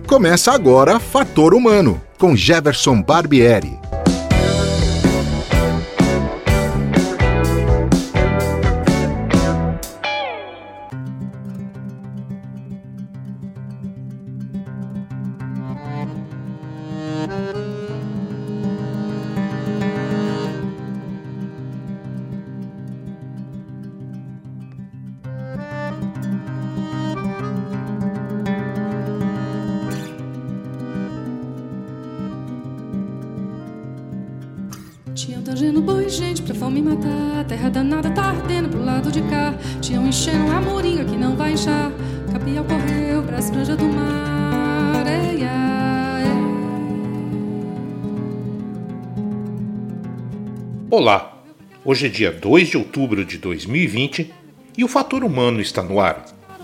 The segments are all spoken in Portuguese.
Começa agora Fator Humano, com Jefferson Barbieri. Tinham tangendo boi, gente, pra fome matar. Terra danada tá ardendo pro lado de cá. Tinham enchendo a moringa que não vai inchar. Capial correu pras franjas do mar. Ei, ai, ei. Olá, hoje é dia 2 de outubro de 2020 e o Fator Humano está no ar.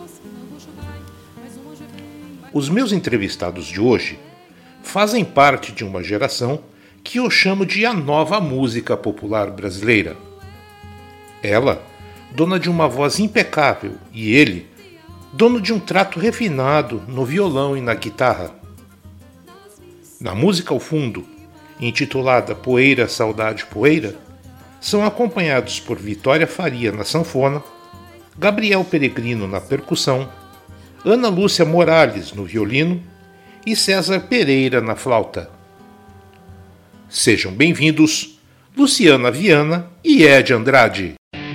Os meus entrevistados de hoje fazem parte de uma geração que eu chamo de a nova música popular brasileira. Ela, dona de uma voz impecável, e ele, dono de um trato refinado no violão e na guitarra. Na música ao fundo, intitulada Poeira, Saudade, Poeira, são acompanhados por Vitória Faria na sanfona, Gabriel Peregrino na percussão, Ana Lúcia Morales no violino e César Pereira na flauta. Sejam bem-vindos, Luciana Viana e Ed Andrade.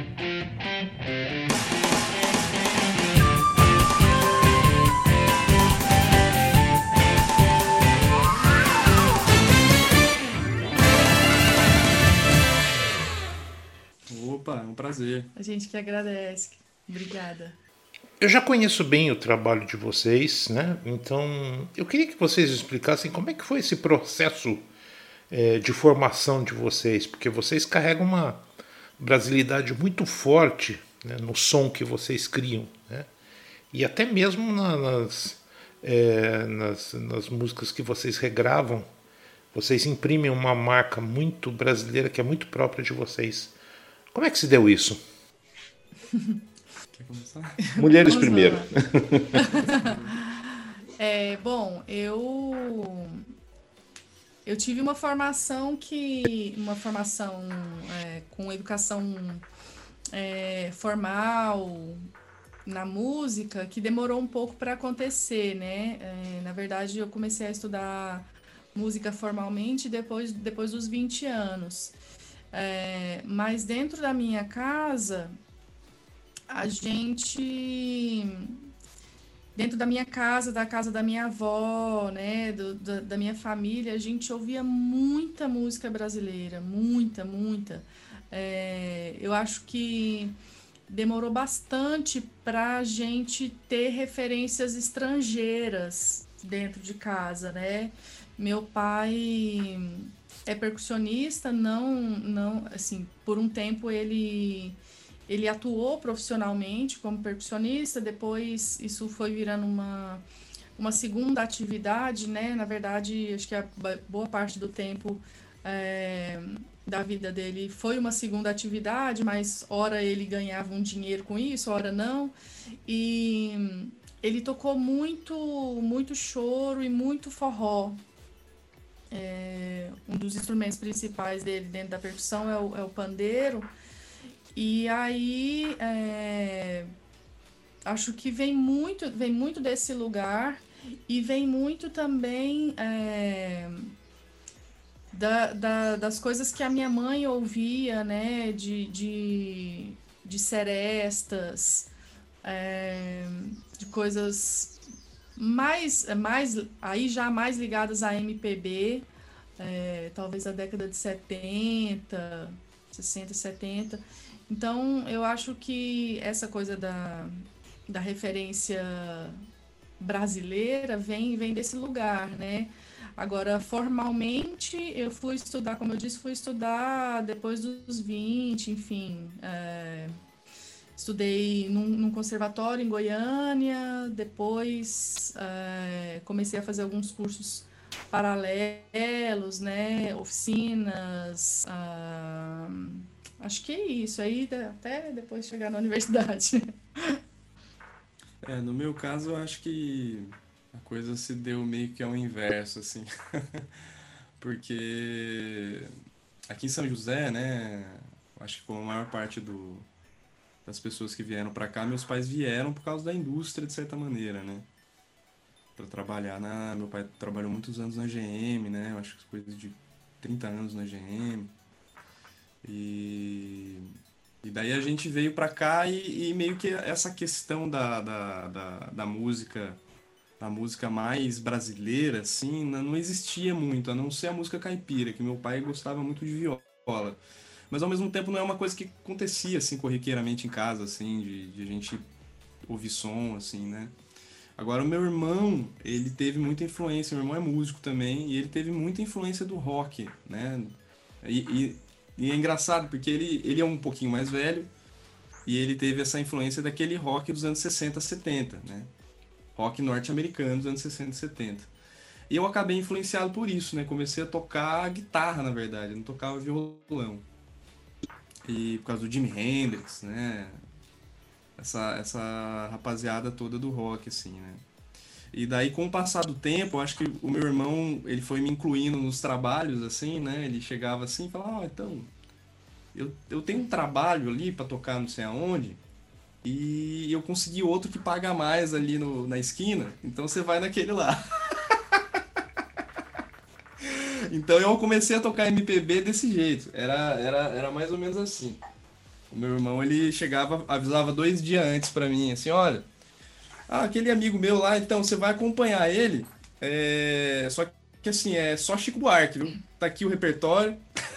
Opa, é um prazer. A gente que agradece. Obrigada. Eu já conheço bem o trabalho de vocês, né? Então eu queria que vocês explicassem como é que foi esse processo de formação de vocês, porque vocês carregam uma brasilidade muito forte, né, no som que vocês criam, né? E até mesmo nas músicas que vocês regravam, vocês imprimem uma marca muito brasileira que é muito própria de vocês. Como é que se deu isso? Quer começar? Mulheres primeiro. Bom, eu tive uma formação com educação formal na música que demorou um pouco para acontecer, né? Na verdade, eu comecei a estudar música formalmente depois dos 20 anos. Mas dentro da minha casa, dentro da minha casa, da casa da minha avó, né, da minha família, a gente ouvia muita música brasileira, muita. Eu acho que demorou bastante para a gente ter referências estrangeiras dentro de casa, né? Meu pai é percussionista, não, assim, por um tempo ele atuou profissionalmente como percussionista, depois isso foi virando uma segunda atividade, né? Na verdade, acho que a boa parte do tempo da vida dele foi uma segunda atividade, mas ora ele ganhava um dinheiro com isso, ora não. E ele tocou muito choro e muito forró. Um dos instrumentos principais dele dentro da percussão é o pandeiro. E aí, acho que vem muito desse lugar e vem muito também das coisas que a minha mãe ouvia, né, de serestas, de coisas aí já mais ligadas à MPB, talvez a década de 70, 60, 70. Então, eu acho que essa coisa da referência brasileira vem desse lugar, né? Agora, formalmente, eu fui estudar, como eu disse, depois dos 20, enfim. Estudei num conservatório em Goiânia, depois comecei a fazer alguns cursos paralelos, né? Oficinas, acho que é isso, aí até depois chegar na universidade. No meu caso, eu acho que A coisa se deu meio que ao inverso, assim. Porque aqui em São José, né, acho que como a maior parte das pessoas que vieram para cá, meus pais vieram por causa da indústria, de certa maneira, né? Para trabalhar Meu pai trabalhou muitos anos na GM, né? Eu acho que coisa de 30 anos na GM. E, e daí a gente veio para cá e meio que essa questão da música, da música mais brasileira, assim, não existia muito, a não ser a música caipira, que meu pai gostava muito de viola. Mas ao mesmo tempo não é uma coisa que acontecia, assim, corriqueiramente em casa, assim, de a gente ouvir som, assim, né? Agora, o meu irmão, ele teve muita influência, meu irmão é músico também, e ele teve muita influência do rock, né? E, e, e é engraçado, porque ele é um pouquinho mais velho, e ele teve essa influência daquele rock dos anos 60, 70, né? Rock norte-americano dos anos 60 e 70. E eu acabei influenciado por isso, né? Comecei a tocar guitarra, na verdade, eu não tocava violão. E por causa do Jimi Hendrix, né? Essa rapaziada toda do rock, assim, né? E daí, com o passar do tempo, eu acho que o meu irmão, ele foi me incluindo nos trabalhos, assim, né? Ele chegava assim e falava, então, eu tenho um trabalho ali pra tocar não sei aonde, e eu consegui outro que paga mais ali na esquina, então você vai naquele lá. Então eu comecei a tocar MPB desse jeito, era mais ou menos assim. O meu irmão, ele chegava, avisava 2 dias antes pra mim, assim, olha, aquele amigo meu lá, então, você vai acompanhar ele, só que assim, é só Chico Buarque, viu? Tá aqui o repertório.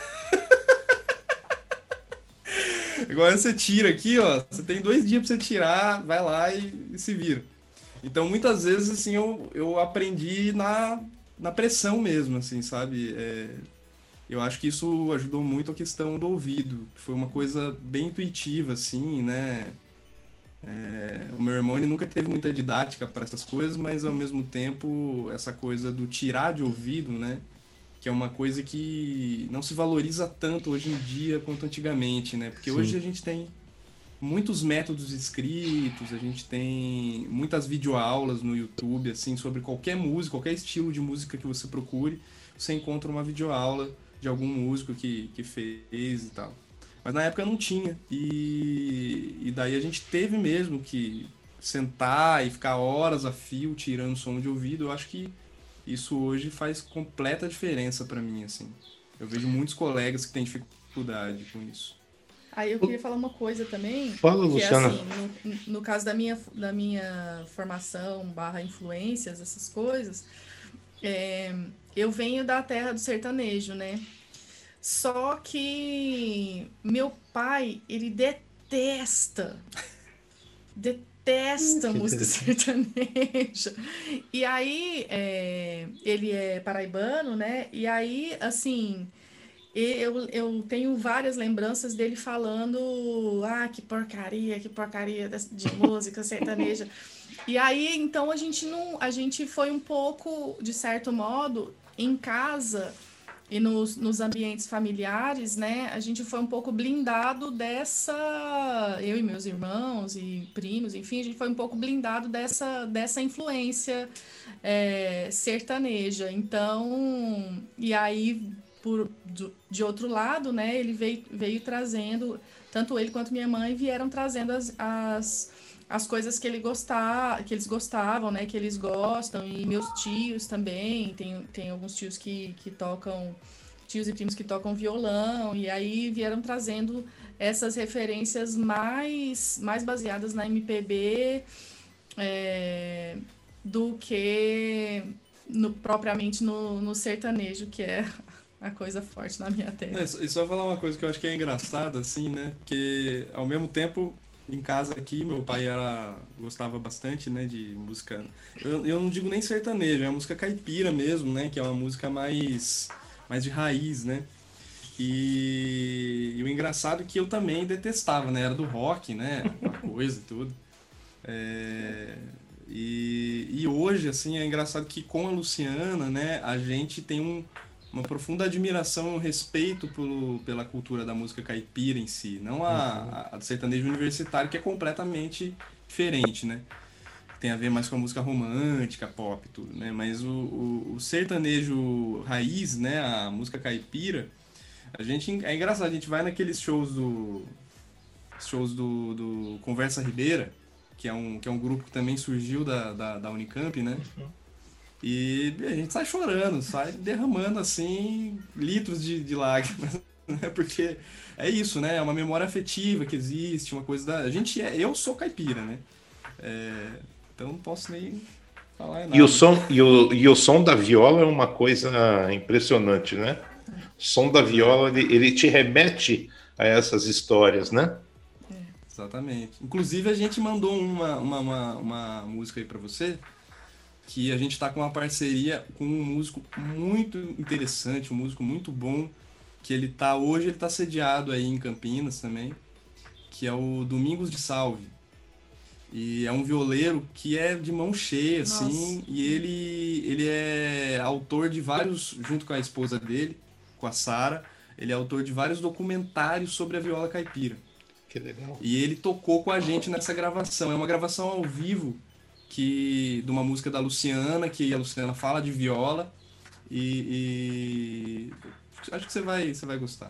Agora você tira aqui, ó, você tem 2 dias pra você tirar, vai lá e se vira. Então, muitas vezes, assim, eu aprendi na pressão mesmo, assim, sabe? Eu acho que isso ajudou muito a questão do ouvido, que foi uma coisa bem intuitiva, assim, né? O meu irmão ele nunca teve muita didática para essas coisas, mas ao mesmo tempo essa coisa do tirar de ouvido, né? Que é uma coisa que não se valoriza tanto hoje em dia quanto antigamente, né? Porque Sim. hoje a gente tem muitos métodos escritos, a gente tem muitas videoaulas no YouTube, assim, sobre qualquer música, qualquer estilo de música que você procure, você encontra uma videoaula de algum músico que fez e tal. Mas na época não tinha. E daí a gente teve mesmo que sentar e ficar horas a fio tirando som de ouvido. Eu acho que isso hoje faz completa diferença pra mim, assim. Eu vejo muitos colegas que têm dificuldade com isso. Aí eu queria falar uma coisa também, Fala, que é Luciana. assim, no caso da minha formação, barra influências, essas coisas, eu venho da terra do sertanejo, né? Só que meu pai, ele detesta Que música interessante. sertaneja. E aí, ele é paraibano, né? E aí, assim, eu tenho várias lembranças dele falando, que porcaria de música sertaneja. E aí, então, a gente foi um pouco, de certo modo, em casa e nos ambientes familiares, né? A gente foi um pouco blindado eu e meus irmãos e primos, enfim, a gente foi um pouco blindado dessa influência sertaneja. Então, e aí, de outro lado, né? Ele veio trazendo, tanto ele quanto minha mãe vieram trazendo as coisas que eles gostavam, né? Que eles gostam. E meus tios também. Tem alguns tios que tocam, tios e primos que tocam violão. E aí vieram trazendo essas referências mais baseadas na MPB do que propriamente no sertanejo, que é a coisa forte na minha terra. E só falar uma coisa que eu acho que é engraçada, assim, né? Porque ao mesmo tempo, em casa aqui, meu pai gostava bastante, né, de música. Eu não digo nem sertanejo, é uma música caipira mesmo, né? Que é uma música mais de raiz, né? E o engraçado é que eu também detestava, né? Era do rock, né? Aquela coisa e tudo. E hoje, assim, é engraçado que com a Luciana, né? A gente tem uma profunda admiração e um respeito pela cultura da música caipira em si, não a do sertanejo universitário, que é completamente diferente, né? tem a ver mais com a música romântica, pop e tudo, né? Mas o sertanejo raiz, né? A música caipira, é engraçado, a gente vai naqueles shows do Conversa Ribeira, que é um grupo que também surgiu da Unicamp, né? E a gente sai chorando, sai derramando, assim, litros de lágrimas, né? Porque é isso, né? É uma memória afetiva que existe, uma coisa da... Eu sou caipira, né? Então não posso nem falar nada. E o som da viola é uma coisa impressionante, né? O som da viola, ele te remete a essas histórias, né? Exatamente. Inclusive, a gente mandou uma música aí pra você, que a gente tá com uma parceria com um músico muito interessante, um músico muito bom, que hoje ele tá sediado aí em Campinas também, que é o Domingos de Salve. E é um violeiro que é de mão cheia, assim, e ele é autor de vários, junto com a esposa dele, com a Sara, ele é autor de vários documentários sobre a viola caipira. Que legal. E ele tocou com a gente nessa gravação. É uma gravação ao vivo de uma música da Luciana, que a Luciana fala de viola. E acho que você vai gostar.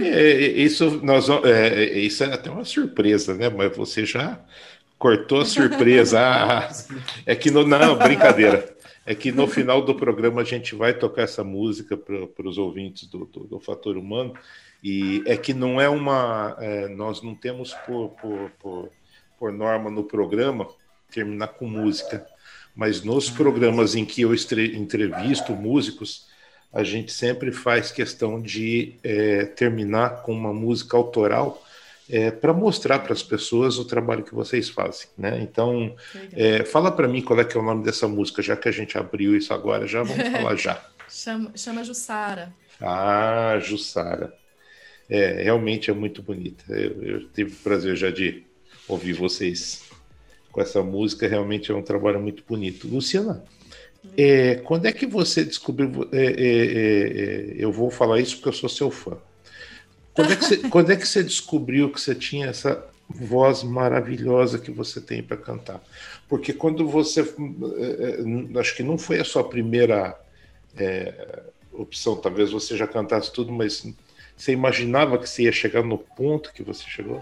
Isso é até uma surpresa, né? Mas você já cortou a surpresa. É que não, brincadeira. É que no final do programa a gente vai tocar essa música para os ouvintes do Fator Humano. E é que não é nós não temos por norma no programa terminar com música, mas nos programas em que eu entrevisto músicos, a gente sempre faz questão de terminar com uma música autoral para mostrar para as pessoas o trabalho que vocês fazem, né? Então, fala para mim qual é que é o nome dessa música, já que a gente abriu isso agora, já vamos falar já. Chama Jussara. Ah, Jussara. Realmente é muito bonita. Eu tive o prazer já de ouvir vocês com essa música, realmente é um trabalho muito bonito. Luciana, quando é que você descobriu... eu vou falar isso porque eu sou seu fã. Quando é que você descobriu que você tinha essa voz maravilhosa que você tem para cantar? Porque quando você... acho que não foi a sua primeira opção, talvez você já cantasse tudo, mas... Você imaginava que você ia chegar no ponto que você chegou?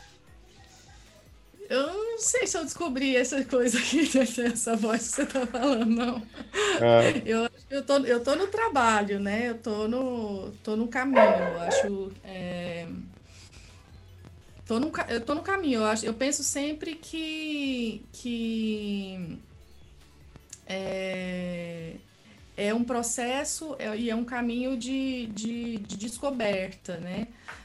Eu não sei se eu descobri essa coisa aqui, essa voz que você tá falando, não. Eu tô no trabalho, né? Eu tô no caminho, eu acho. Eu tô no caminho, eu penso sempre que é um processo e é um caminho de descoberta, né?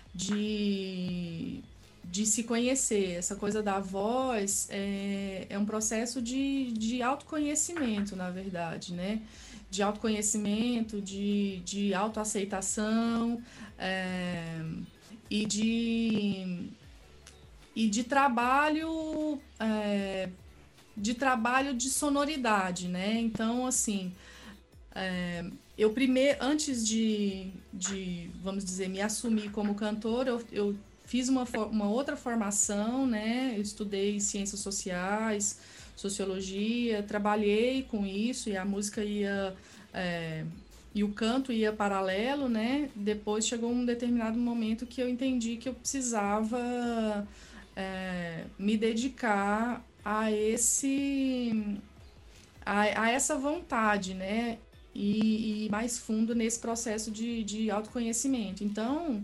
De se conhecer. Essa coisa da voz é um processo de autoconhecimento, na verdade, né? De autoconhecimento, de autoaceitação e de trabalho de sonoridade, né? Então, assim... eu primeiro, antes de, vamos dizer, me assumir como cantora, eu fiz uma outra formação, né? Eu estudei ciências sociais, sociologia, trabalhei com isso e a música e o canto ia paralelo, né? Depois chegou um determinado momento que eu entendi que eu precisava me dedicar a essa vontade, né? E mais fundo nesse processo de autoconhecimento. Então,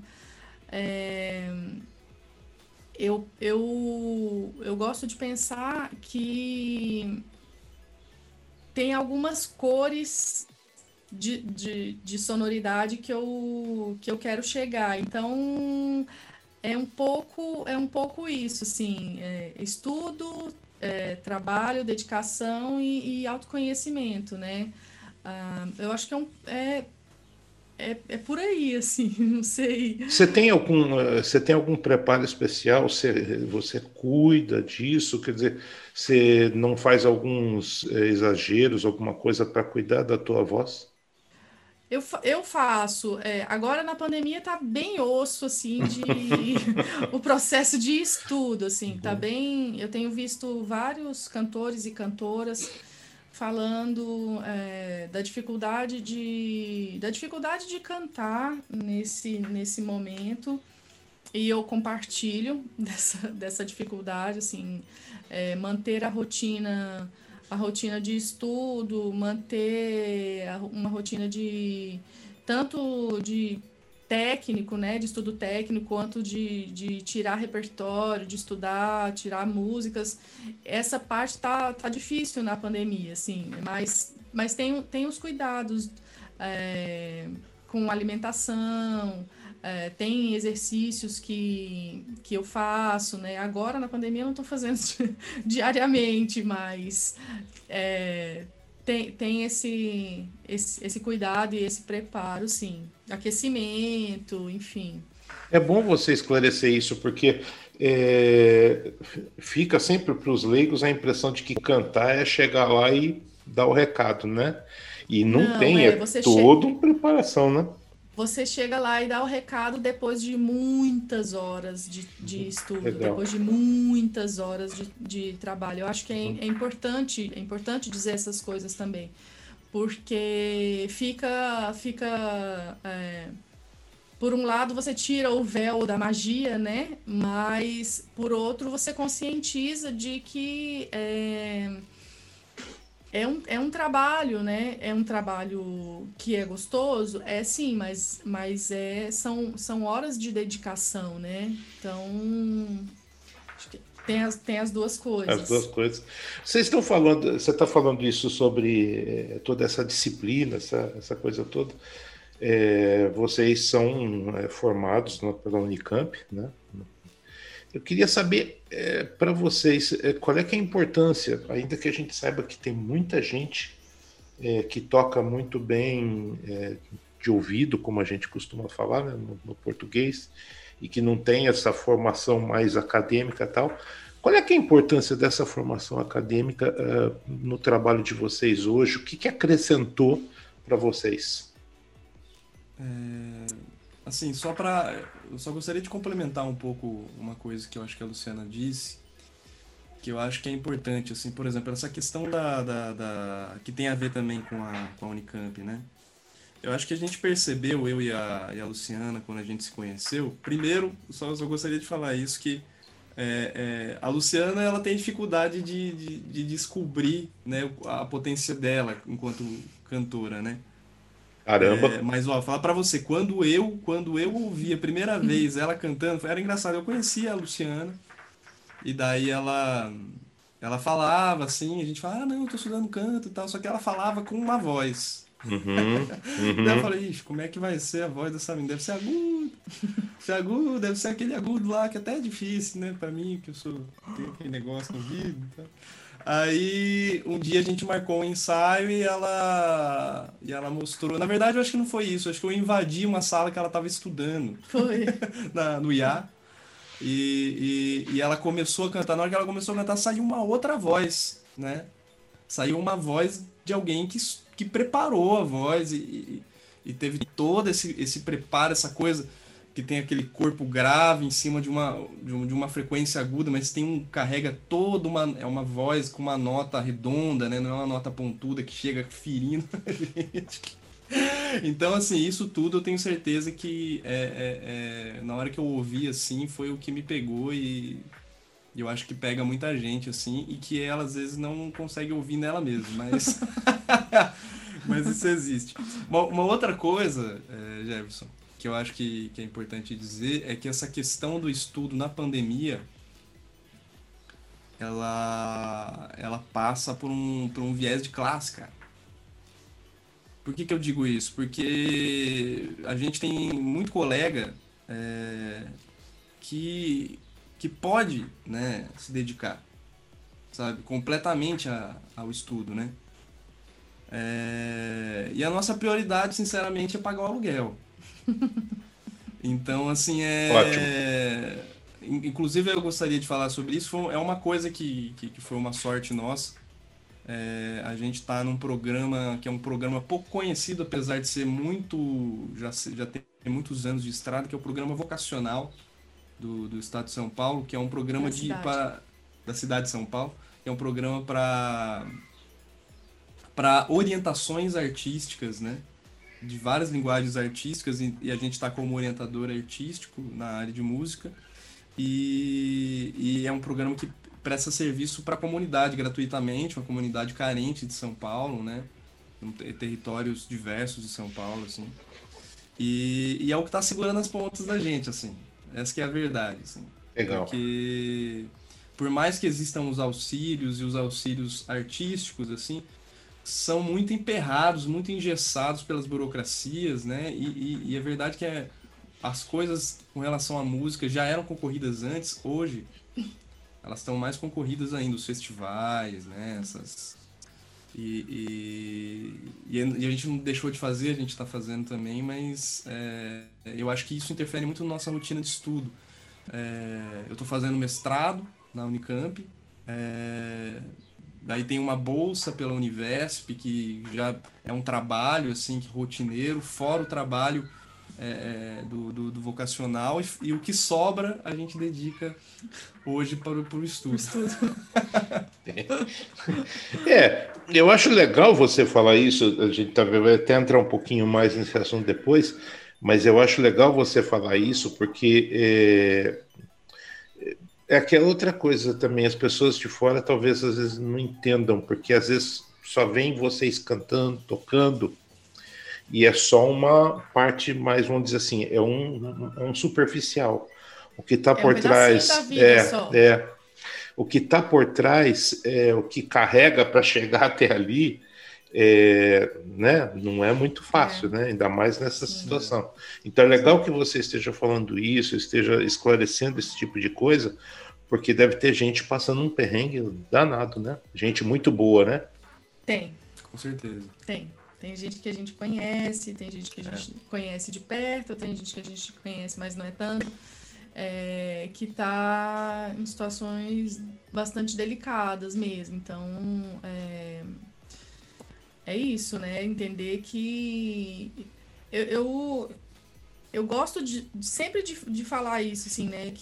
eu gosto de pensar que tem algumas cores de sonoridade que eu quero chegar. Então, é um pouco isso, assim, estudo, trabalho, dedicação e autoconhecimento, né? Eu acho que é por aí, assim, não sei. Você tem algum preparo especial? Você cuida disso? Quer dizer, você não faz alguns exageros, alguma coisa para cuidar da tua voz? Eu faço. Agora na pandemia tá bem osso, assim, de o processo de estudo, assim, tá bem. Eu tenho visto vários cantores e cantoras falando da dificuldade de cantar nesse momento. E eu compartilho dessa dificuldade, assim, manter a rotina de estudo, manter uma rotina de tanto de técnico, né, de estudo técnico, quanto de tirar repertório, de estudar, tirar músicas. Essa parte tá difícil na pandemia, assim, mas tem os cuidados com alimentação. Tem exercícios que eu faço, né? Agora na pandemia eu não estou fazendo diariamente, mas tem esse cuidado e esse preparo, sim. Aquecimento, enfim. É bom você esclarecer isso, porque fica sempre para os leigos a impressão de que cantar é chegar lá e dar o recado, né? E não tem, toda uma preparação, né? Você chega lá e dá o recado depois de muitas horas de estudo, Legal. depois de muitas horas de trabalho. Eu acho que é importante dizer essas coisas também, porque por um lado você tira o véu da magia, né? Mas por outro você conscientiza de que é um trabalho, né? É um trabalho que é gostoso, sim, mas são horas de dedicação, né? Então, acho que tem as duas coisas. As duas coisas. Você está falando isso sobre toda essa disciplina, essa coisa toda. Vocês são formados pela Unicamp, né? Eu queria saber para vocês qual é que é a importância, ainda que a gente saiba que tem muita gente que toca muito bem de ouvido, como a gente costuma falar, né, no português, e que não tem essa formação mais acadêmica e tal. Qual é que é a importância dessa formação acadêmica no trabalho de vocês hoje? O que acrescentou para vocês? Assim, eu só gostaria de complementar um pouco uma coisa que eu acho que a Luciana disse, que eu acho que é importante, assim, por exemplo, essa questão que tem a ver também com a Unicamp, né? Eu acho que a gente percebeu, eu e a Luciana, quando a gente se conheceu, primeiro, só gostaria de falar isso, que a Luciana, ela tem dificuldade de descobrir, né, a potência dela enquanto cantora, né? Caramba! Mas, ó, falar pra você, quando eu ouvi a primeira vez ela cantando, era engraçado, eu conhecia a Luciana, e daí ela falava assim, a gente falava, não, eu tô estudando canto e tal, só que ela falava com uma voz. Daí eu falei, ixi, como é que vai ser a voz dessa menina? Deve ser agudo, deve ser aquele agudo lá, que até é difícil, né, pra mim, que tenho aquele negócio no ouvido e tal. Aí, um dia a gente marcou um ensaio e ela mostrou. Na verdade, eu acho que não foi isso. Acho que eu invadi uma sala que ela estava estudando. Foi. No IA. E ela começou a cantar. Na hora que ela começou a cantar, saiu uma outra voz, né? Saiu uma voz de alguém que preparou a voz e teve todo esse preparo, essa coisa que tem aquele corpo grave em cima de uma frequência aguda, mas carrega toda uma voz com uma nota redonda, né? Não é uma nota pontuda que chega ferindo a gente. Então, assim, isso tudo eu tenho certeza que na hora que eu ouvi, assim, foi o que me pegou e eu acho que pega muita gente, assim, e que ela às vezes não consegue ouvir nela mesma, mas mas isso existe. Uma outra coisa, Jefferson, que eu acho que é importante dizer é que essa questão do estudo na pandemia ela passa por um viés de classe, cara. Por que eu digo isso? Porque a gente tem muito colega que pode, né, se dedicar, sabe, completamente ao estudo, né? E a nossa prioridade, sinceramente, é pagar o aluguel. Então, assim, Ótimo. Inclusive, eu gostaria de falar sobre isso. É uma coisa que foi uma sorte nossa. A gente está num programa que é um programa pouco conhecido, apesar de ser muito, já tem muitos anos de estrada, que é o programa vocacional do Estado de São Paulo, que é um programa da cidade de São Paulo, que é um programa para orientações artísticas, né? De várias linguagens artísticas, e a gente está como orientador artístico na área de música, e é um programa que presta serviço para a comunidade gratuitamente, uma comunidade carente de São Paulo, né? Em territórios diversos de São Paulo, assim. E é o que está segurando as pontas da gente, assim. Essa que é a verdade, assim. Legal. Porque por mais que existam os auxílios e os auxílios artísticos, assim, são muito emperrados, muito engessados pelas burocracias, né? E a verdade é que as coisas com relação à música já eram concorridas antes, hoje elas estão mais concorridas ainda, os festivais, né? E a gente não deixou de fazer, a gente está fazendo também, mas eu acho que isso interfere muito na nossa rotina de estudo. Eu estou fazendo mestrado na Unicamp, daí tem uma bolsa pela Univesp, que já é um trabalho assim, rotineiro, fora o trabalho do vocacional, e o que sobra a gente dedica hoje para o estudo. Eu acho legal você falar isso, a gente vai até entrar um pouquinho mais nesse assunto depois, mas eu acho legal você falar isso porque é aquela outra coisa também, as pessoas de fora talvez às vezes não entendam, porque às vezes só vem vocês cantando, tocando, e é só uma parte mais, vamos dizer assim, é um superficial. O que está por trás da vida só. O que está por trás, o que carrega para chegar até ali, né, não é muito fácil, né? Ainda mais nessa situação. Então é legal que você esteja falando isso, esteja esclarecendo esse tipo de coisa, porque deve ter gente passando um perrengue danado, né? Gente muito boa, né? Tem. Com certeza. Tem gente que a gente conhece, tem gente que a gente conhece de perto, tem gente que a gente conhece, mas não é tanto. Que está em situações bastante delicadas mesmo. Então, é isso, né? Entender que eu gosto sempre de falar isso, assim, né?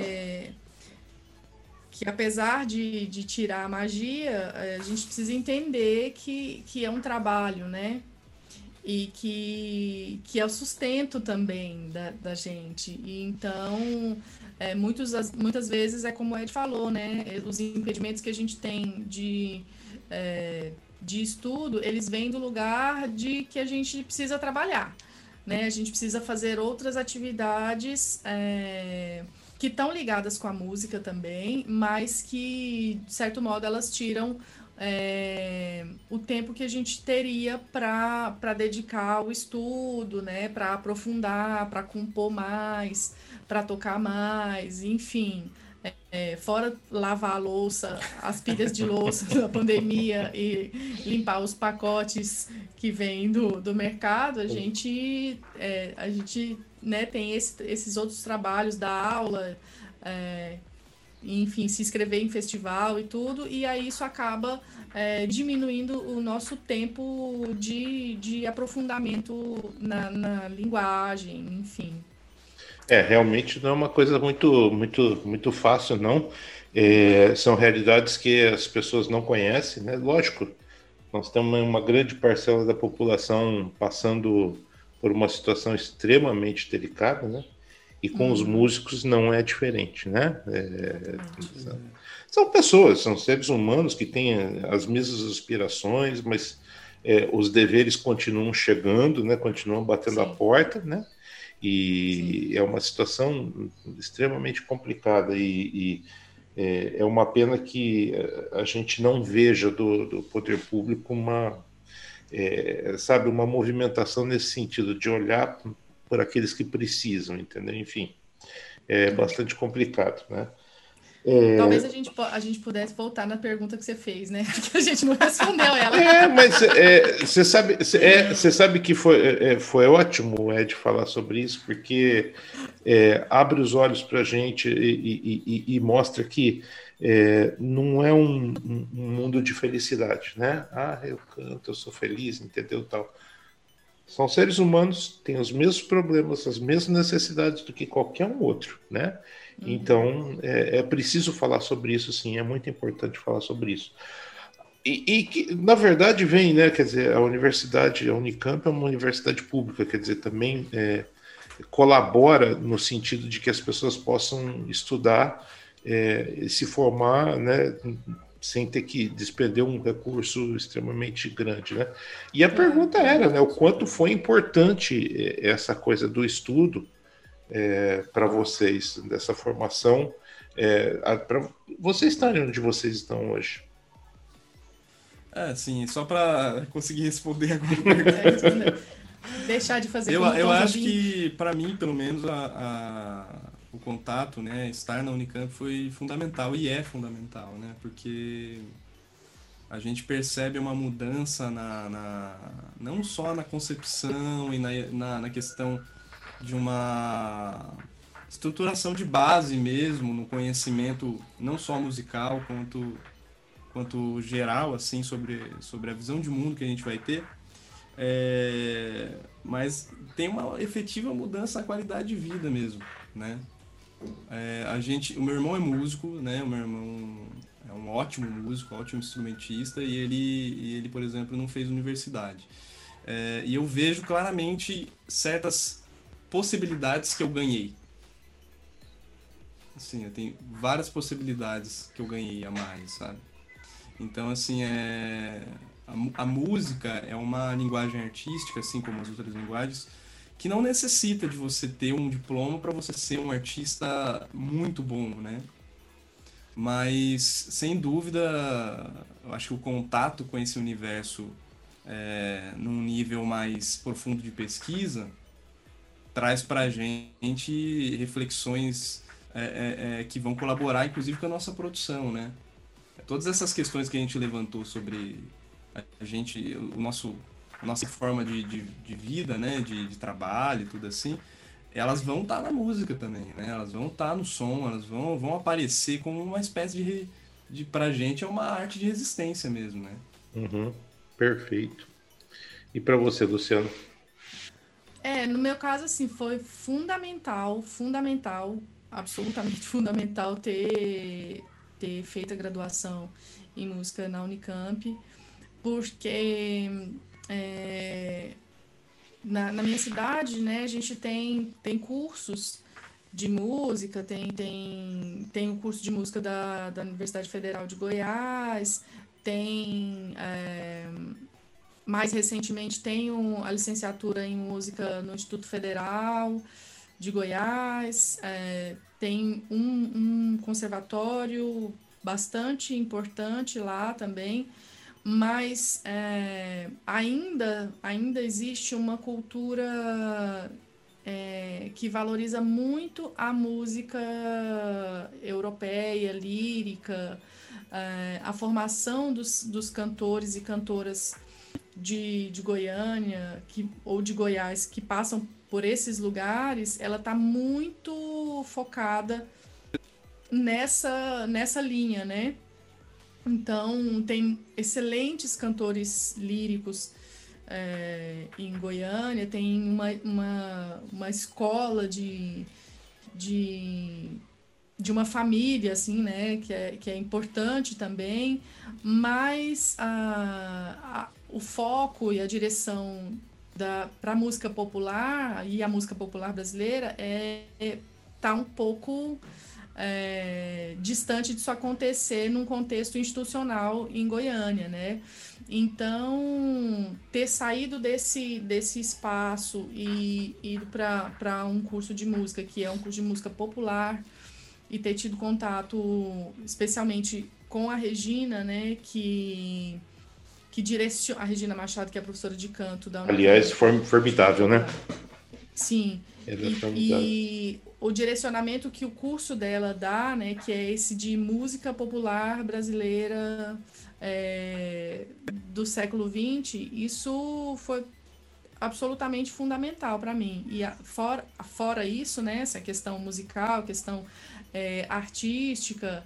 Que apesar de tirar a magia, a gente precisa entender que é um trabalho, né? E que é o sustento também da gente. E então, muitas vezes é como o Ed falou, né? Os impedimentos que a gente tem de estudo, eles vêm do lugar de que a gente precisa trabalhar, né? A gente precisa fazer outras atividades que estão ligadas com a música também, mas que, de certo modo, elas tiram o tempo que a gente teria para dedicar ao estudo, né? Para aprofundar, para compor mais, para tocar mais, enfim. Fora lavar a louça, as pilhas de louça da pandemia e limpar os pacotes que vêm do mercado, a gente né, tem esses outros trabalhos da aula, enfim, se inscrever em festival e tudo, e aí isso acaba diminuindo o nosso tempo de aprofundamento na linguagem, enfim. Realmente não é uma coisa muito, muito, muito fácil, não. São realidades que as pessoas não conhecem, né? Lógico, nós temos uma grande parcela da população passando por uma situação extremamente delicada, né? E com os músicos não é diferente, né? São pessoas, são seres humanos que têm as mesmas aspirações, mas os deveres continuam chegando, né? Continuam batendo a porta, né? E é uma situação extremamente complicada e é uma pena que a gente não veja do poder público uma movimentação nesse sentido, de olhar por aqueles que precisam, entendeu? Enfim, é bastante complicado, né? Talvez a gente pudesse voltar na pergunta que você fez, né? Porque a gente não respondeu ela. Mas você sabe que foi ótimo o Ed falar sobre isso, porque abre os olhos para a gente e mostra que não é um mundo de felicidade, né? Ah, eu canto, eu sou feliz, entendeu? Tal. São seres humanos, têm os mesmos problemas, as mesmas necessidades do que qualquer um outro, né? Então, é preciso falar sobre isso, sim, é muito importante falar sobre isso. E que, na verdade, vem, né? Quer dizer, a universidade, a Unicamp é uma universidade pública, quer dizer, também colabora no sentido de que as pessoas possam estudar e se formar, né? Sem ter que despender um recurso extremamente grande, né? E a pergunta era, né? O quanto foi importante essa coisa do estudo para vocês, dessa formação, para vocês estarem onde vocês estão hoje. Sim, só para conseguir responder agora. Deixar de fazer eu acho que, para mim, pelo menos, o contato, né, estar na Unicamp foi fundamental, e é fundamental, né, porque a gente percebe uma mudança não só na concepção e na questão de uma estruturação de base mesmo, no conhecimento não só musical, quanto geral, assim, sobre a visão de mundo que a gente vai ter, mas tem uma efetiva mudança na qualidade de vida mesmo, né? O meu irmão é músico, né? O meu irmão é um ótimo músico, ótimo instrumentista, e ele, por exemplo, não fez universidade. E eu vejo claramente certas possibilidades que eu ganhei. Assim, eu tenho várias possibilidades que eu ganhei a mais, sabe? Então, assim, a música é uma linguagem artística, assim como as outras linguagens, que não necessita de você ter um diploma para você ser um artista muito bom, né? Mas, sem dúvida, eu acho que o contato com esse universo num nível mais profundo de pesquisa traz para a gente reflexões que vão colaborar, inclusive, com a nossa produção, né? Todas essas questões que a gente levantou sobre a nossa forma de vida, né? De trabalho e tudo assim, elas vão estar na música também, né? Elas vão estar no som, elas vão aparecer como uma espécie pra gente é uma arte de resistência mesmo, né? Uhum, perfeito. E para você, Luciano? No meu caso, assim, foi fundamental, absolutamente fundamental ter feito a graduação em música na Unicamp, porque na minha cidade, né, a gente tem cursos de música, tem o curso de música da Universidade Federal de Goiás, mais recentemente tem a licenciatura em música no Instituto Federal de Goiás, tem um conservatório bastante importante lá também, mas ainda existe uma cultura que valoriza muito a música europeia, lírica, a formação dos cantores e cantoras de Goiânia ou de Goiás que passam por esses lugares, ela está muito focada nessa linha, né? Então, tem excelentes cantores líricos em Goiânia, tem uma escola de uma família, assim, né? Que é importante também, mas o foco e a direção para a música popular e a música popular brasileira tá um pouco distante disso acontecer num contexto institucional em Goiânia, né? Então, ter saído desse espaço e ido para um curso de música, que é um curso de música popular, e ter tido contato especialmente com a Regina, né, que direciona, a Regina Machado, que é a professora de canto da Unicamp. Aliás, formidável, né? Sim, Ela é formidável. E o direcionamento que o curso dela dá, né, que é esse de música popular brasileira do século XX, isso foi absolutamente fundamental para mim. E fora isso, né, essa questão musical, questão artística,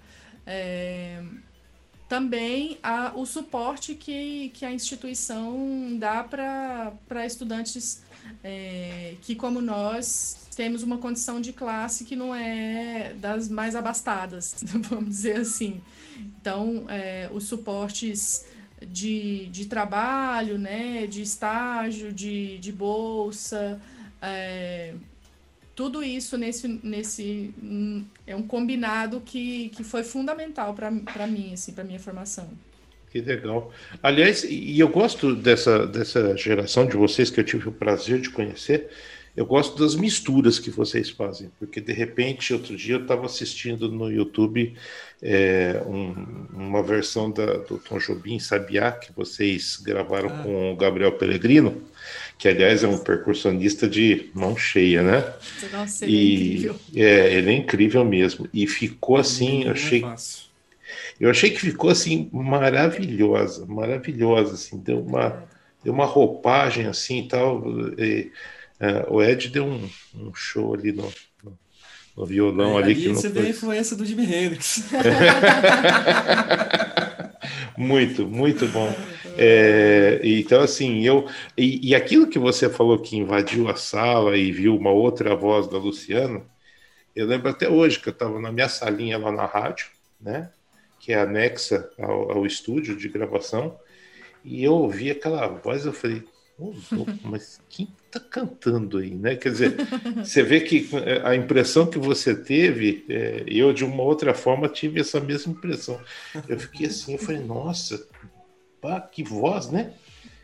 também o suporte que a instituição dá para estudantes que, como nós, temos uma condição de classe que não é das mais abastadas, vamos dizer assim. Então, os suportes de trabalho, né, de estágio, de bolsa, tudo isso é um combinado que foi fundamental para mim, assim, para minha formação. Que legal. Aliás, e eu gosto dessa geração de vocês que eu tive o prazer de conhecer. Eu gosto das misturas que vocês fazem, porque de repente, outro dia eu estava assistindo no YouTube uma versão do Tom Jobim Sabiá, que vocês gravaram com o Gabriel Pellegrino, que aliás é um percussionista de mão cheia, né? Nossa, ele é incrível. Ele é incrível mesmo. E ficou assim, eu achei que ficou assim maravilhosa, assim, deu uma roupagem assim e tal. O Ed deu um show ali no violão ali que não você vê a influência do Jimi Hendrix. Muito, muito bom. Então, assim, e aquilo que você falou que invadiu a sala e viu uma outra voz da Luciana, eu lembro até hoje que eu estava na minha salinha lá na rádio, né, que é anexa ao estúdio de gravação, e eu ouvi aquela voz, eu falei, mas quem tá cantando aí, né? Quer dizer, você vê que a impressão que você teve, eu de uma outra forma tive essa mesma impressão. Eu fiquei assim, eu falei, nossa, pá, que voz, né?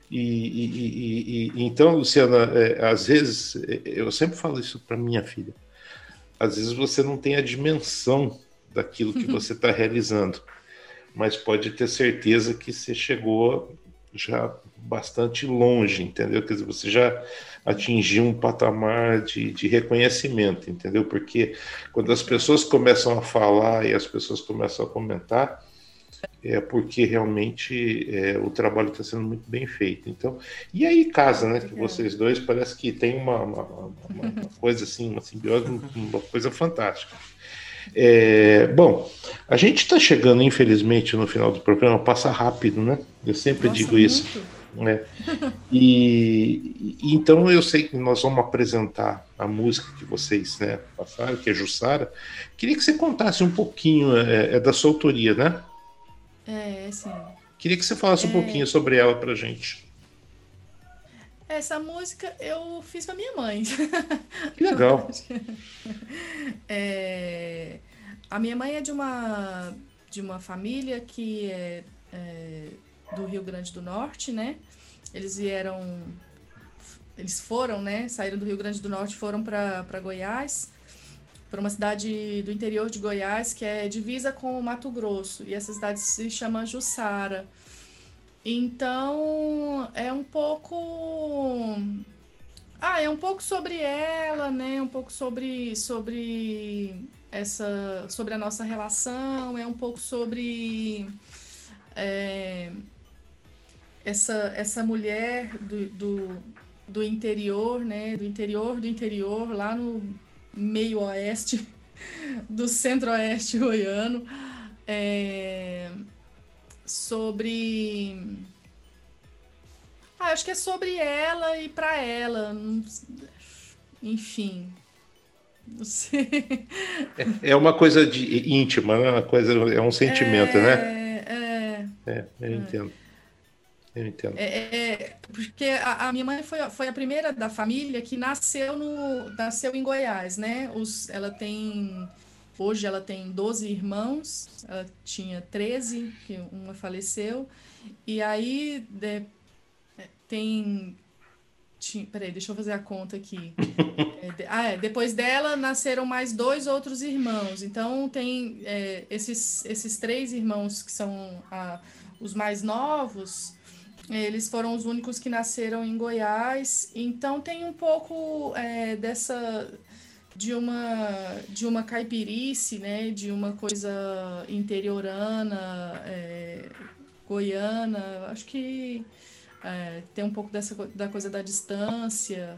Então, Luciana, às vezes, eu sempre falo isso para minha filha, às vezes você não tem a dimensão daquilo que você está realizando, mas pode ter certeza que você chegou já bastante longe, entendeu? Quer dizer, você já atingiu um patamar de reconhecimento, entendeu? Porque quando as pessoas começam a falar e as pessoas começam a comentar, é porque realmente o trabalho está sendo muito bem feito. Então, e aí casa, né? Que vocês dois parece que tem uma coisa assim, uma simbiose, uma coisa fantástica. Bom, a gente está chegando, infelizmente, no final do programa, passa rápido, né? Eu sempre digo isso. Né? Então eu sei que nós vamos apresentar a música que vocês, né, passaram, que é Jussara. Queria que você contasse um pouquinho, da sua autoria, né? Sim. Queria que você falasse um pouquinho sobre ela pra gente. Essa música eu fiz pra minha mãe. Que legal. A minha mãe é de uma família que é do Rio Grande do Norte, né? Eles foram, né? Saíram do Rio Grande do Norte, foram para Goiás, para uma cidade do interior de Goiás que é divisa com o Mato Grosso, e essa cidade se chama Jussara. Então é um pouco sobre ela, né? Um pouco sobre a nossa relação, é um pouco sobre essa mulher do interior, né? Do interior, lá no meio oeste do centro-oeste goiano, acho que é sobre ela e para ela, enfim, não sei. É uma coisa íntima, né? Uma coisa, é um sentimento, né? Eu entendo. Eu entendo. Porque a minha mãe foi a primeira da família que nasceu em Goiás, né? Hoje ela tem 12 irmãos, ela tinha 13, que uma faleceu, e aí peraí, deixa eu fazer a conta aqui. Depois dela nasceram mais 2 outros irmãos, então tem esses 3 irmãos que são os mais novos. Eles foram os únicos que nasceram em Goiás, então tem um pouco de uma caipirice, né? De uma coisa interiorana, goiana. Acho que tem um pouco da coisa da distância,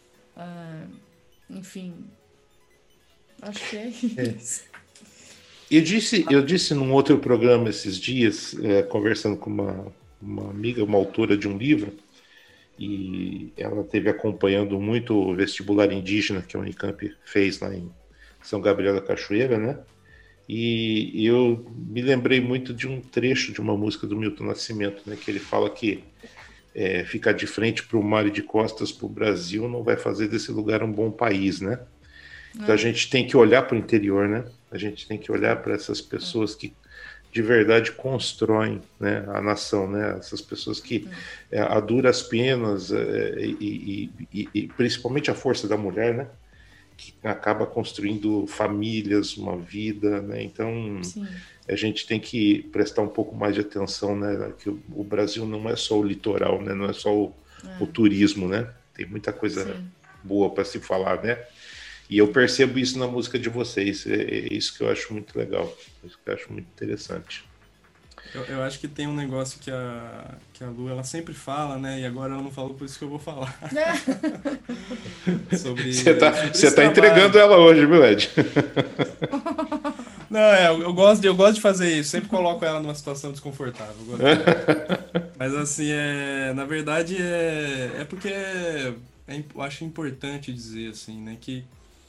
enfim. Acho que é isso. Eu disse num outro programa esses dias, conversando com uma amiga, uma autora de um livro, e ela esteve acompanhando muito o vestibular indígena que a Unicamp fez lá em São Gabriel da Cachoeira, né? E eu me lembrei muito de um trecho de uma música do Milton Nascimento, né? Que ele fala que ficar de frente para o mar e de costas para o Brasil não vai fazer desse lugar um bom país, né? Então a gente tem que olhar para o interior, né? A gente tem que olhar para essas pessoas que de verdade constroem, né, a nação, né? Essas pessoas que a duras penas e principalmente a força da mulher, né? Que acaba construindo famílias, uma vida, né? Então Sim. A gente tem que prestar um pouco mais de atenção, né? Que o Brasil não é só o litoral, né? Não é só o turismo, né? Tem muita coisa boa para se falar, né? E eu percebo isso na música de vocês. É isso que eu acho muito legal. Isso que eu acho muito interessante. Eu acho que tem um negócio que a Lu, ela sempre fala, né? E agora ela não falou, por isso que eu vou falar. Você tá entregando ela hoje, viu, Ed? Não, eu gosto de fazer isso. Sempre coloco ela numa situação desconfortável. Mas assim, na verdade, é porque eu acho importante dizer assim, né? Que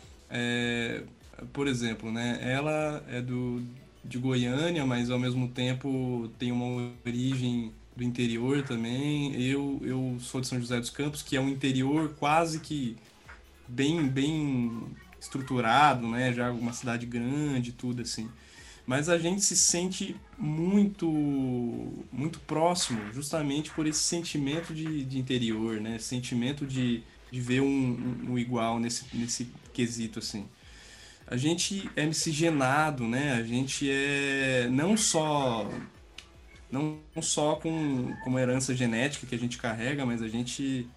por exemplo, né? Ela é de Goiânia, mas ao mesmo tempo tem uma origem do interior também. Eu sou de São José dos Campos, que é um interior quase que bem estruturado, né? Já uma cidade grande, tudo assim. Mas a gente se sente muito muito próximo, justamente por esse sentimento de interior, né? Sentimento de ver um igual nesse quesito, assim. A gente é miscigenado, né? A gente é não só com uma herança genética que a gente carrega, mas a gente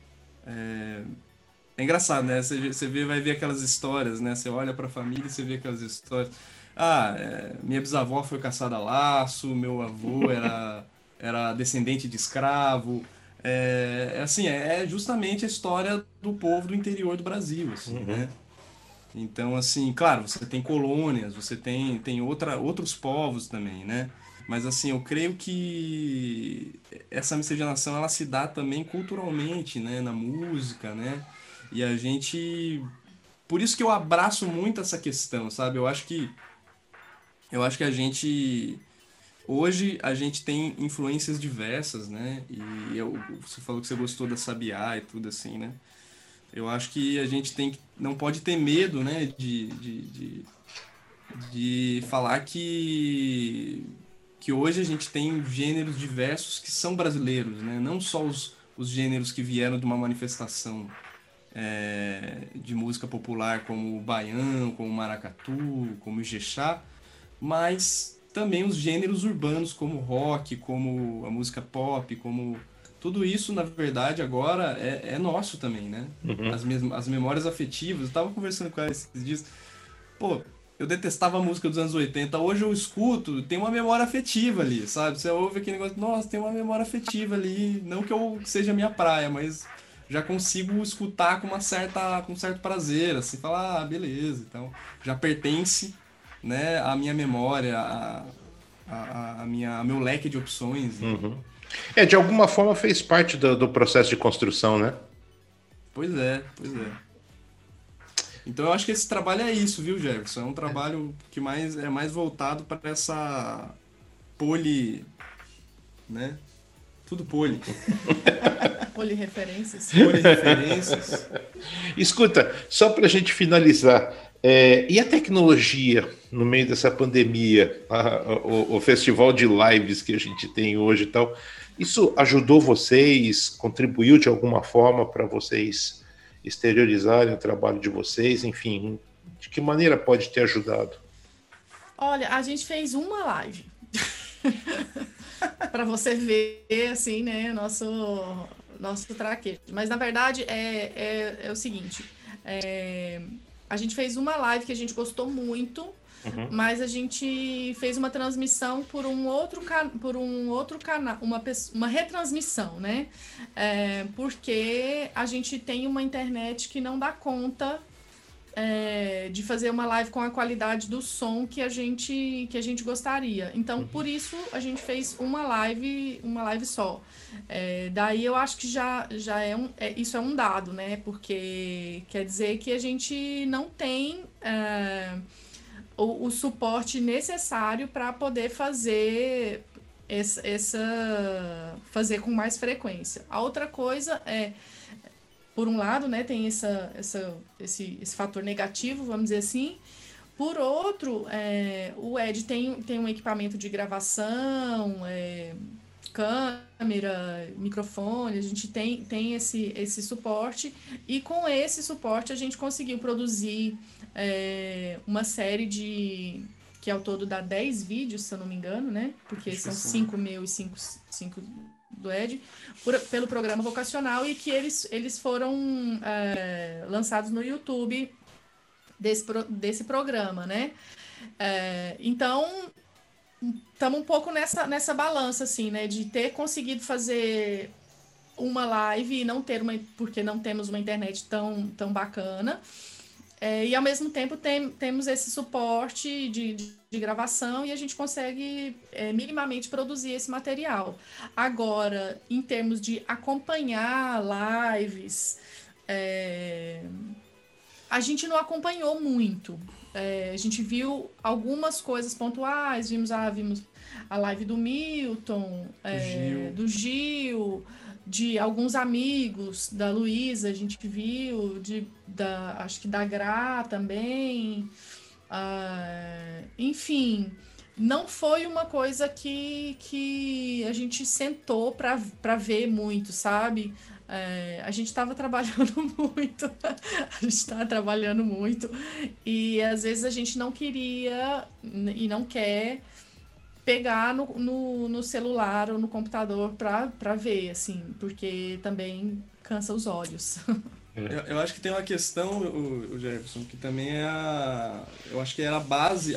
é engraçado, né? Você vai ver aquelas histórias, né? Você olha para a família e você vê aquelas histórias. Minha bisavó foi caçada a laço, meu avô era descendente de escravo. Assim, é justamente a história do povo do interior do Brasil, assim, né? Então, assim, claro, você tem colônias, você tem outros povos também, né? Mas, assim, eu creio que essa miscigenação, ela se dá também culturalmente, né? Na música, né? E a gente... Por isso que eu abraço muito essa questão, sabe? Eu acho que a gente... Hoje a gente tem influências diversas, né? E você falou que você gostou da Sabiá e tudo assim, né? Eu acho que a gente não pode ter medo, né? De falar que hoje a gente tem gêneros diversos que são brasileiros, né? Não só os gêneros que vieram de uma manifestação de música popular como o baião, como o maracatu, como o ijexá, mas também os gêneros urbanos como o rock, como a música pop, como tudo isso, na verdade, agora é nosso também, né? As memórias afetivas. Eu tava conversando com ela esses dias. Pô, eu detestava a música dos anos 80. Hoje eu escuto, tem uma memória afetiva ali, sabe? Você ouve aquele negócio, nossa, tem uma memória afetiva ali. Não que seja minha praia, mas já consigo escutar com um certo prazer, assim, falar, beleza. Então, já pertence, né, à minha memória, ao meu leque de opções. Né? De alguma forma fez parte do processo de construção, né? Pois é. Então eu acho que esse trabalho é isso, viu, Jefferson? É um trabalho que é mais voltado para essa né? Tudo Polireferências. Escuta, só para a gente finalizar, e a tecnologia no meio dessa pandemia, o festival de lives que a gente tem hoje e tal, isso ajudou vocês, contribuiu de alguma forma para vocês exteriorizarem o trabalho de vocês, enfim, de que maneira pode ter ajudado? Olha, a gente fez uma live. para você ver, assim, né, nosso traquejo. Mas, na verdade, é o seguinte, a gente fez uma live que a gente gostou muito, mas a gente fez uma transmissão por um outro canal, uma retransmissão, né? Porque a gente tem uma internet que não dá conta de fazer uma live com a qualidade do som que a gente gostaria. Então, por isso, a gente fez uma live só. Daí eu acho que já isso é um dado, né? Porque quer dizer que a gente não tem o suporte necessário para poder fazer fazer com mais frequência. A outra coisa por um lado, né, tem esse fator negativo, vamos dizer assim. Por outro, o Ed tem um equipamento de gravação, câmera, microfone, a gente tem esse suporte, e com esse suporte a gente conseguiu produzir uma série que ao todo dá 10 vídeos, se eu não me engano, né? Porque são 5 meu e 5 do Ed, pelo programa vocacional, e que eles foram lançados no YouTube desse programa, né? Então, estamos um pouco nessa balança, assim, né? De ter conseguido fazer uma live e não ter porque não temos uma internet tão bacana. E ao mesmo tempo temos esse suporte de gravação e a gente consegue minimamente produzir esse material. Agora, em termos de acompanhar lives, a gente não acompanhou muito. A gente viu algumas coisas pontuais, vimos a live do Milton, do Gil, de alguns amigos, da Luísa, a gente viu, acho que da Gra também. Enfim, não foi uma coisa que a gente sentou para ver muito, sabe? A gente estava trabalhando muito, e às vezes a gente não queria e não quer pegar no celular ou no computador para ver, assim, porque também cansa os olhos. Eu acho que tem uma questão, o Jefferson, que também eu acho que era a base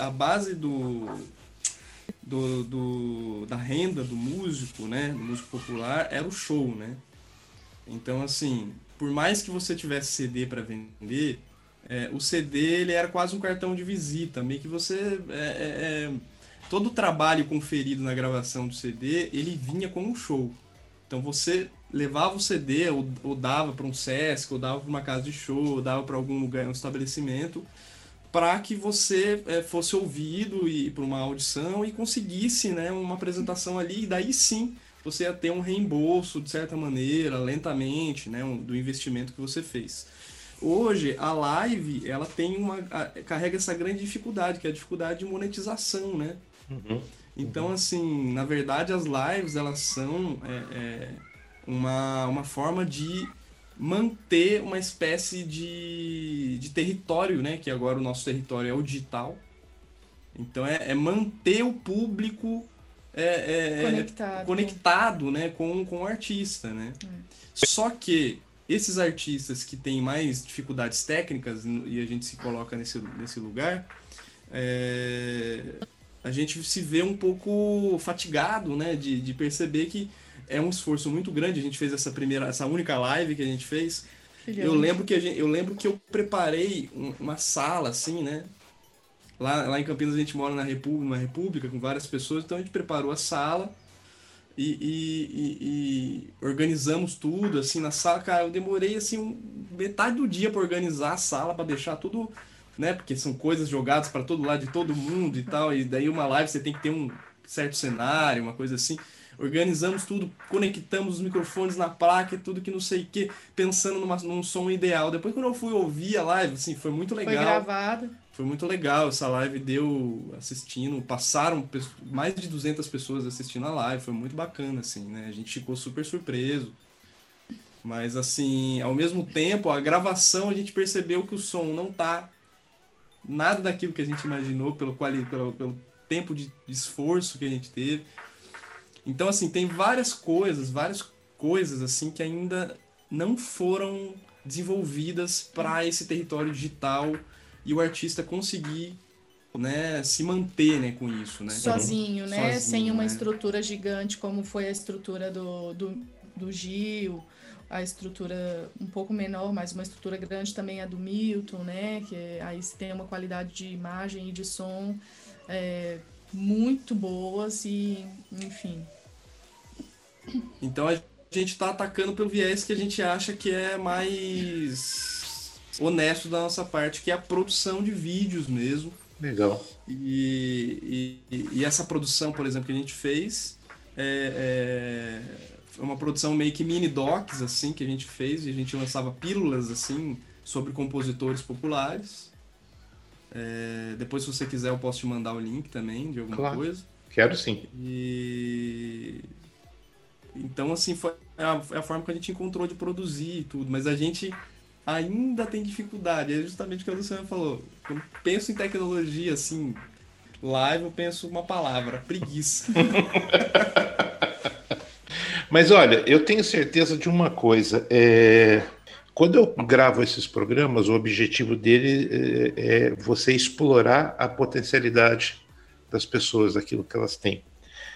da renda do músico, né, do músico popular, era o show, né? Então, assim, por mais que você tivesse CD para vender, o CD ele era quase um cartão de visita, meio que você todo o trabalho conferido na gravação do CD, ele vinha com um show. Então você levava o CD ou dava para um Sesc, ou dava para uma casa de show, ou dava para algum lugar, um estabelecimento, para que você fosse ouvido e para uma audição e conseguisse, né, uma apresentação ali, e daí sim você ia ter um reembolso, de certa maneira, lentamente, né, do investimento que você fez. Hoje, a live, ela tem carrega essa grande dificuldade, que é a dificuldade de monetização, né? Então, assim, na verdade, as lives, elas são uma forma de manter uma espécie de território, né? Que agora o nosso território é o digital. Então, manter o público conectado, né? com o artista, né? Só que esses artistas que têm mais dificuldades técnicas, e a gente se coloca nesse lugar, a gente se vê um pouco fatigado, né, de perceber que é um esforço muito grande. A gente fez essa única live que a gente fez. Eu lembro que eu preparei uma sala, assim, né? Lá em Campinas a gente mora numa república com várias pessoas, então a gente preparou a sala e organizamos tudo, assim, na sala. Cara, eu demorei, assim, metade do dia para organizar a sala, para deixar tudo, né? Porque são coisas jogadas para todo lado de todo mundo e tal, e daí uma live você tem que ter um certo cenário, uma coisa assim. Organizamos tudo, conectamos os microfones na placa e tudo que não sei o que, pensando num som ideal. Depois, quando eu fui ouvir a live, assim, foi muito legal. Foi gravada. Foi muito legal, essa live passaram mais de 200 pessoas assistindo a live, foi muito bacana, assim, né? A gente ficou super surpreso. Mas, assim, ao mesmo tempo, a gravação, a gente percebeu que o som não tá nada daquilo que a gente imaginou pelo tempo de esforço que a gente teve. Então, assim, tem várias coisas assim que ainda não foram desenvolvidas para esse território digital e o artista conseguir, né, se manter, né, com isso, né? Sozinho, né? Sem uma né? estrutura gigante como foi a estrutura do Gil, a estrutura um pouco menor, mas uma estrutura grande também é a do Milton, né? Que aí se tem uma qualidade de imagem e de som muito boas e, enfim. Então a gente está atacando pelo viés que a gente acha que é mais honesto da nossa parte, que é a produção de vídeos mesmo. Legal. E essa produção, por exemplo, que a gente fez é uma produção meio que mini docs, assim, que a gente fez, e a gente lançava pílulas, assim, sobre compositores populares. Depois, se você quiser, eu posso te mandar o link também de alguma coisa. Quero sim. Então, assim, foi a forma que a gente encontrou de produzir e tudo, mas a gente ainda tem dificuldade. É justamente o que a Luciana falou. Quando eu penso em tecnologia, assim, live, eu penso uma palavra: preguiça. Mas olha, eu tenho certeza de uma coisa. Quando eu gravo esses programas, o objetivo dele é você explorar a potencialidade das pessoas, daquilo que elas têm.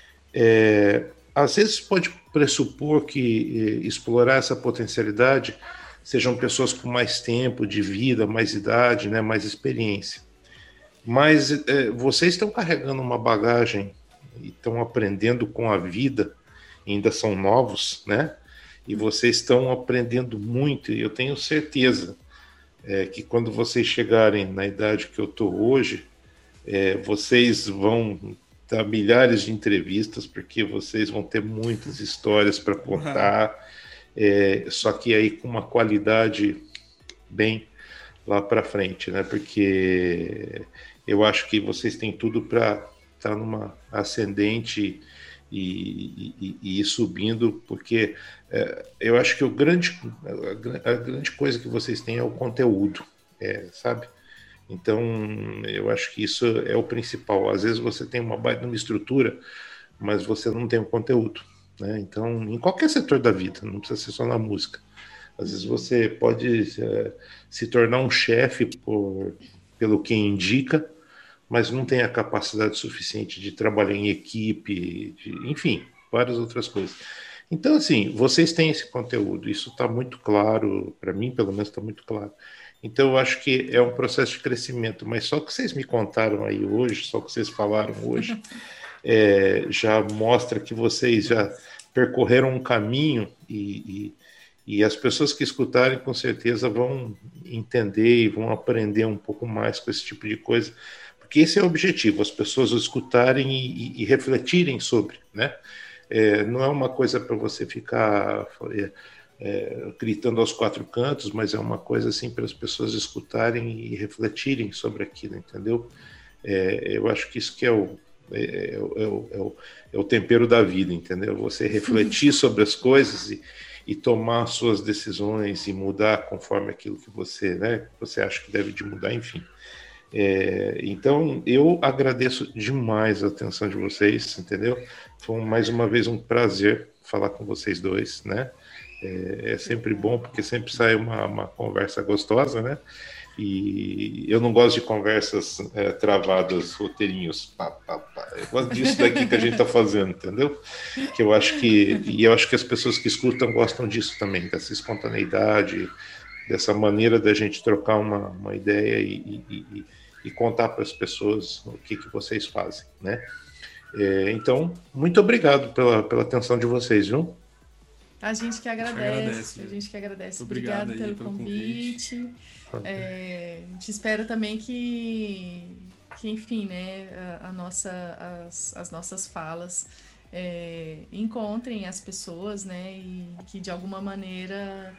Às vezes pode pressupor que explorar essa potencialidade sejam pessoas com mais tempo de vida, mais idade, né, mais experiência. Mas vocês estão carregando uma bagagem e estão aprendendo com a vida, ainda são novos, né? E vocês estão aprendendo muito, e eu tenho certeza que quando vocês chegarem na idade que eu estou hoje, vocês vão dar milhares de entrevistas, porque vocês vão ter muitas histórias para contar, só que aí com uma qualidade bem lá para frente, né? Porque eu acho que vocês têm tudo para estar numa ascendente e ir subindo, porque eu acho que a grande coisa que vocês têm é o conteúdo, sabe? Então, eu acho que isso é o principal. Às vezes você tem uma estrutura, mas você não tem o conteúdo, né? Então, em qualquer setor da vida, não precisa ser só na música. Às vezes você pode se tornar um chefe pelo que indica, mas não tem a capacidade suficiente de trabalhar em equipe, enfim, várias outras coisas. Então, assim, vocês têm esse conteúdo, isso está muito claro, para mim, pelo menos, está muito claro. Então, eu acho que é um processo de crescimento, mas só o que vocês me contaram aí hoje, só o que vocês falaram hoje, já mostra que vocês já percorreram um caminho e as pessoas que escutarem, com certeza, vão entender e vão aprender um pouco mais com esse tipo de coisa, porque esse é o objetivo, as pessoas escutarem e refletirem sobre, né? Não é uma coisa para você ficar gritando aos quatro cantos, mas é uma coisa assim para as pessoas escutarem e refletirem sobre aquilo, entendeu? Eu acho que isso que é o tempero da vida, entendeu? Você refletir sobre as coisas e tomar suas decisões e mudar conforme aquilo que você, né, você acha que deve de mudar, enfim. Então, eu agradeço demais a atenção de vocês, entendeu? Foi mais uma vez um prazer falar com vocês dois, né? É sempre bom, porque sempre sai uma conversa gostosa, né? E eu não gosto de conversas travadas, roteirinhos. Eu gosto disso daqui que a gente está fazendo, entendeu? Que eu acho que as pessoas que escutam gostam disso também, dessa espontaneidade, dessa maneira da gente trocar uma ideia e contar para as pessoas o que vocês fazem, né? Então, muito obrigado pela atenção de vocês, viu? A gente que agradece. A gente que agradece. Obrigado pelo convite. A gente espera também que enfim, né, as nossas falas encontrem as pessoas, né, e que de alguma maneira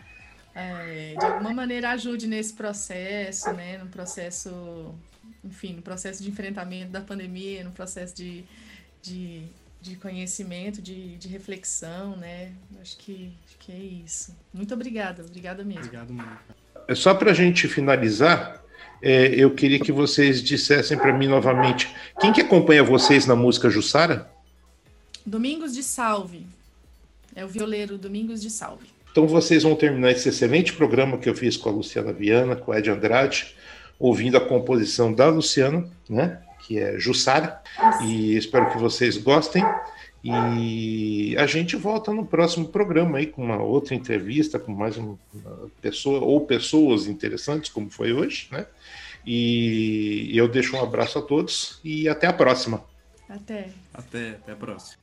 ajude nesse processo, né, no processo de enfrentamento da pandemia, no processo de conhecimento, de reflexão, né? Acho que é isso. Muito obrigada mesmo. Obrigado, mano. Só para a gente finalizar, eu queria que vocês dissessem para mim novamente, quem que acompanha vocês na música Jussara? Domingos de Salve. É o violeiro Domingos de Salve. Então vocês vão terminar esse excelente programa que eu fiz com a Luciana Viana, com o Ed Andrade, ouvindo a composição da Luciana, né? Que é Jussara. E espero que vocês gostem. E a gente volta no próximo programa aí com uma outra entrevista, com mais uma pessoa ou pessoas interessantes, como foi hoje, né? E eu deixo um abraço a todos e até a próxima. Até a próxima.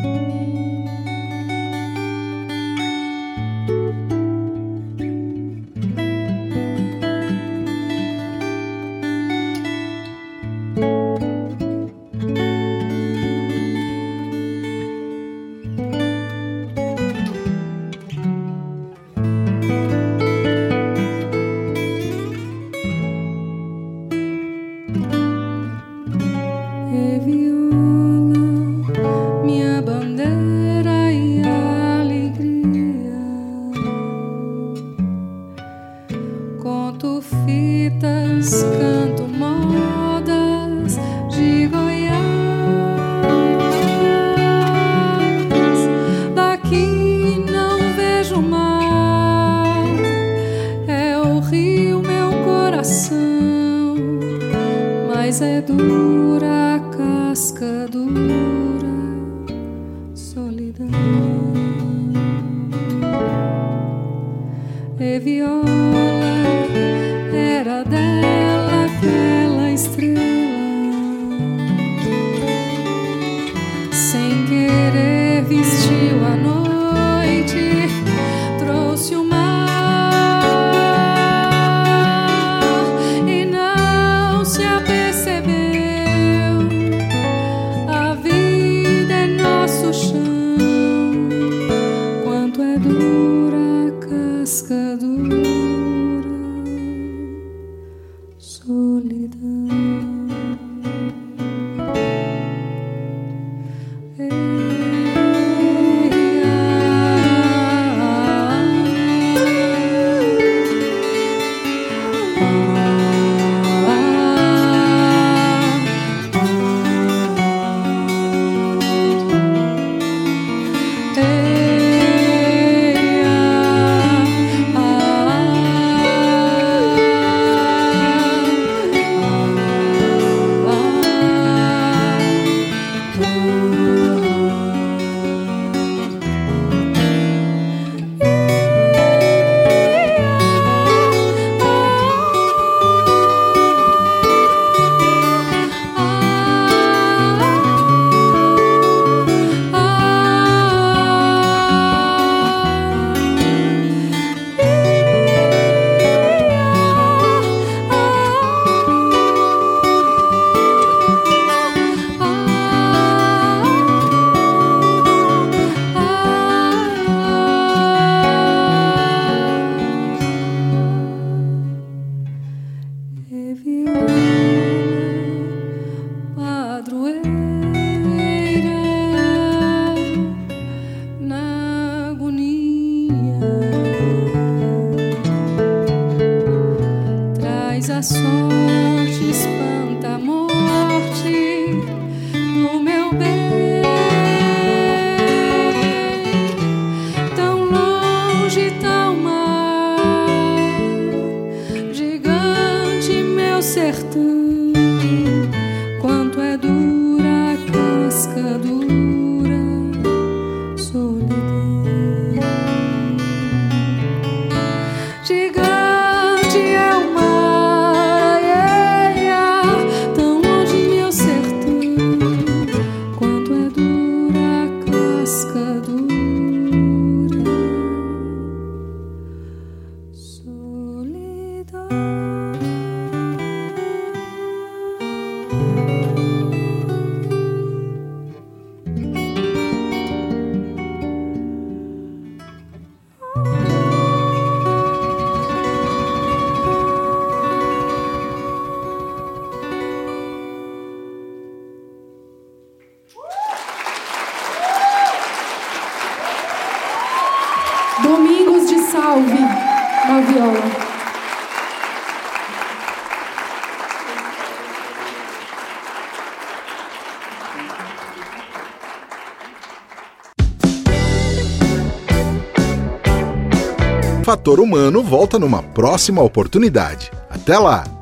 Domingos de Salve, na viola. Fator Humano volta numa próxima oportunidade. Até lá!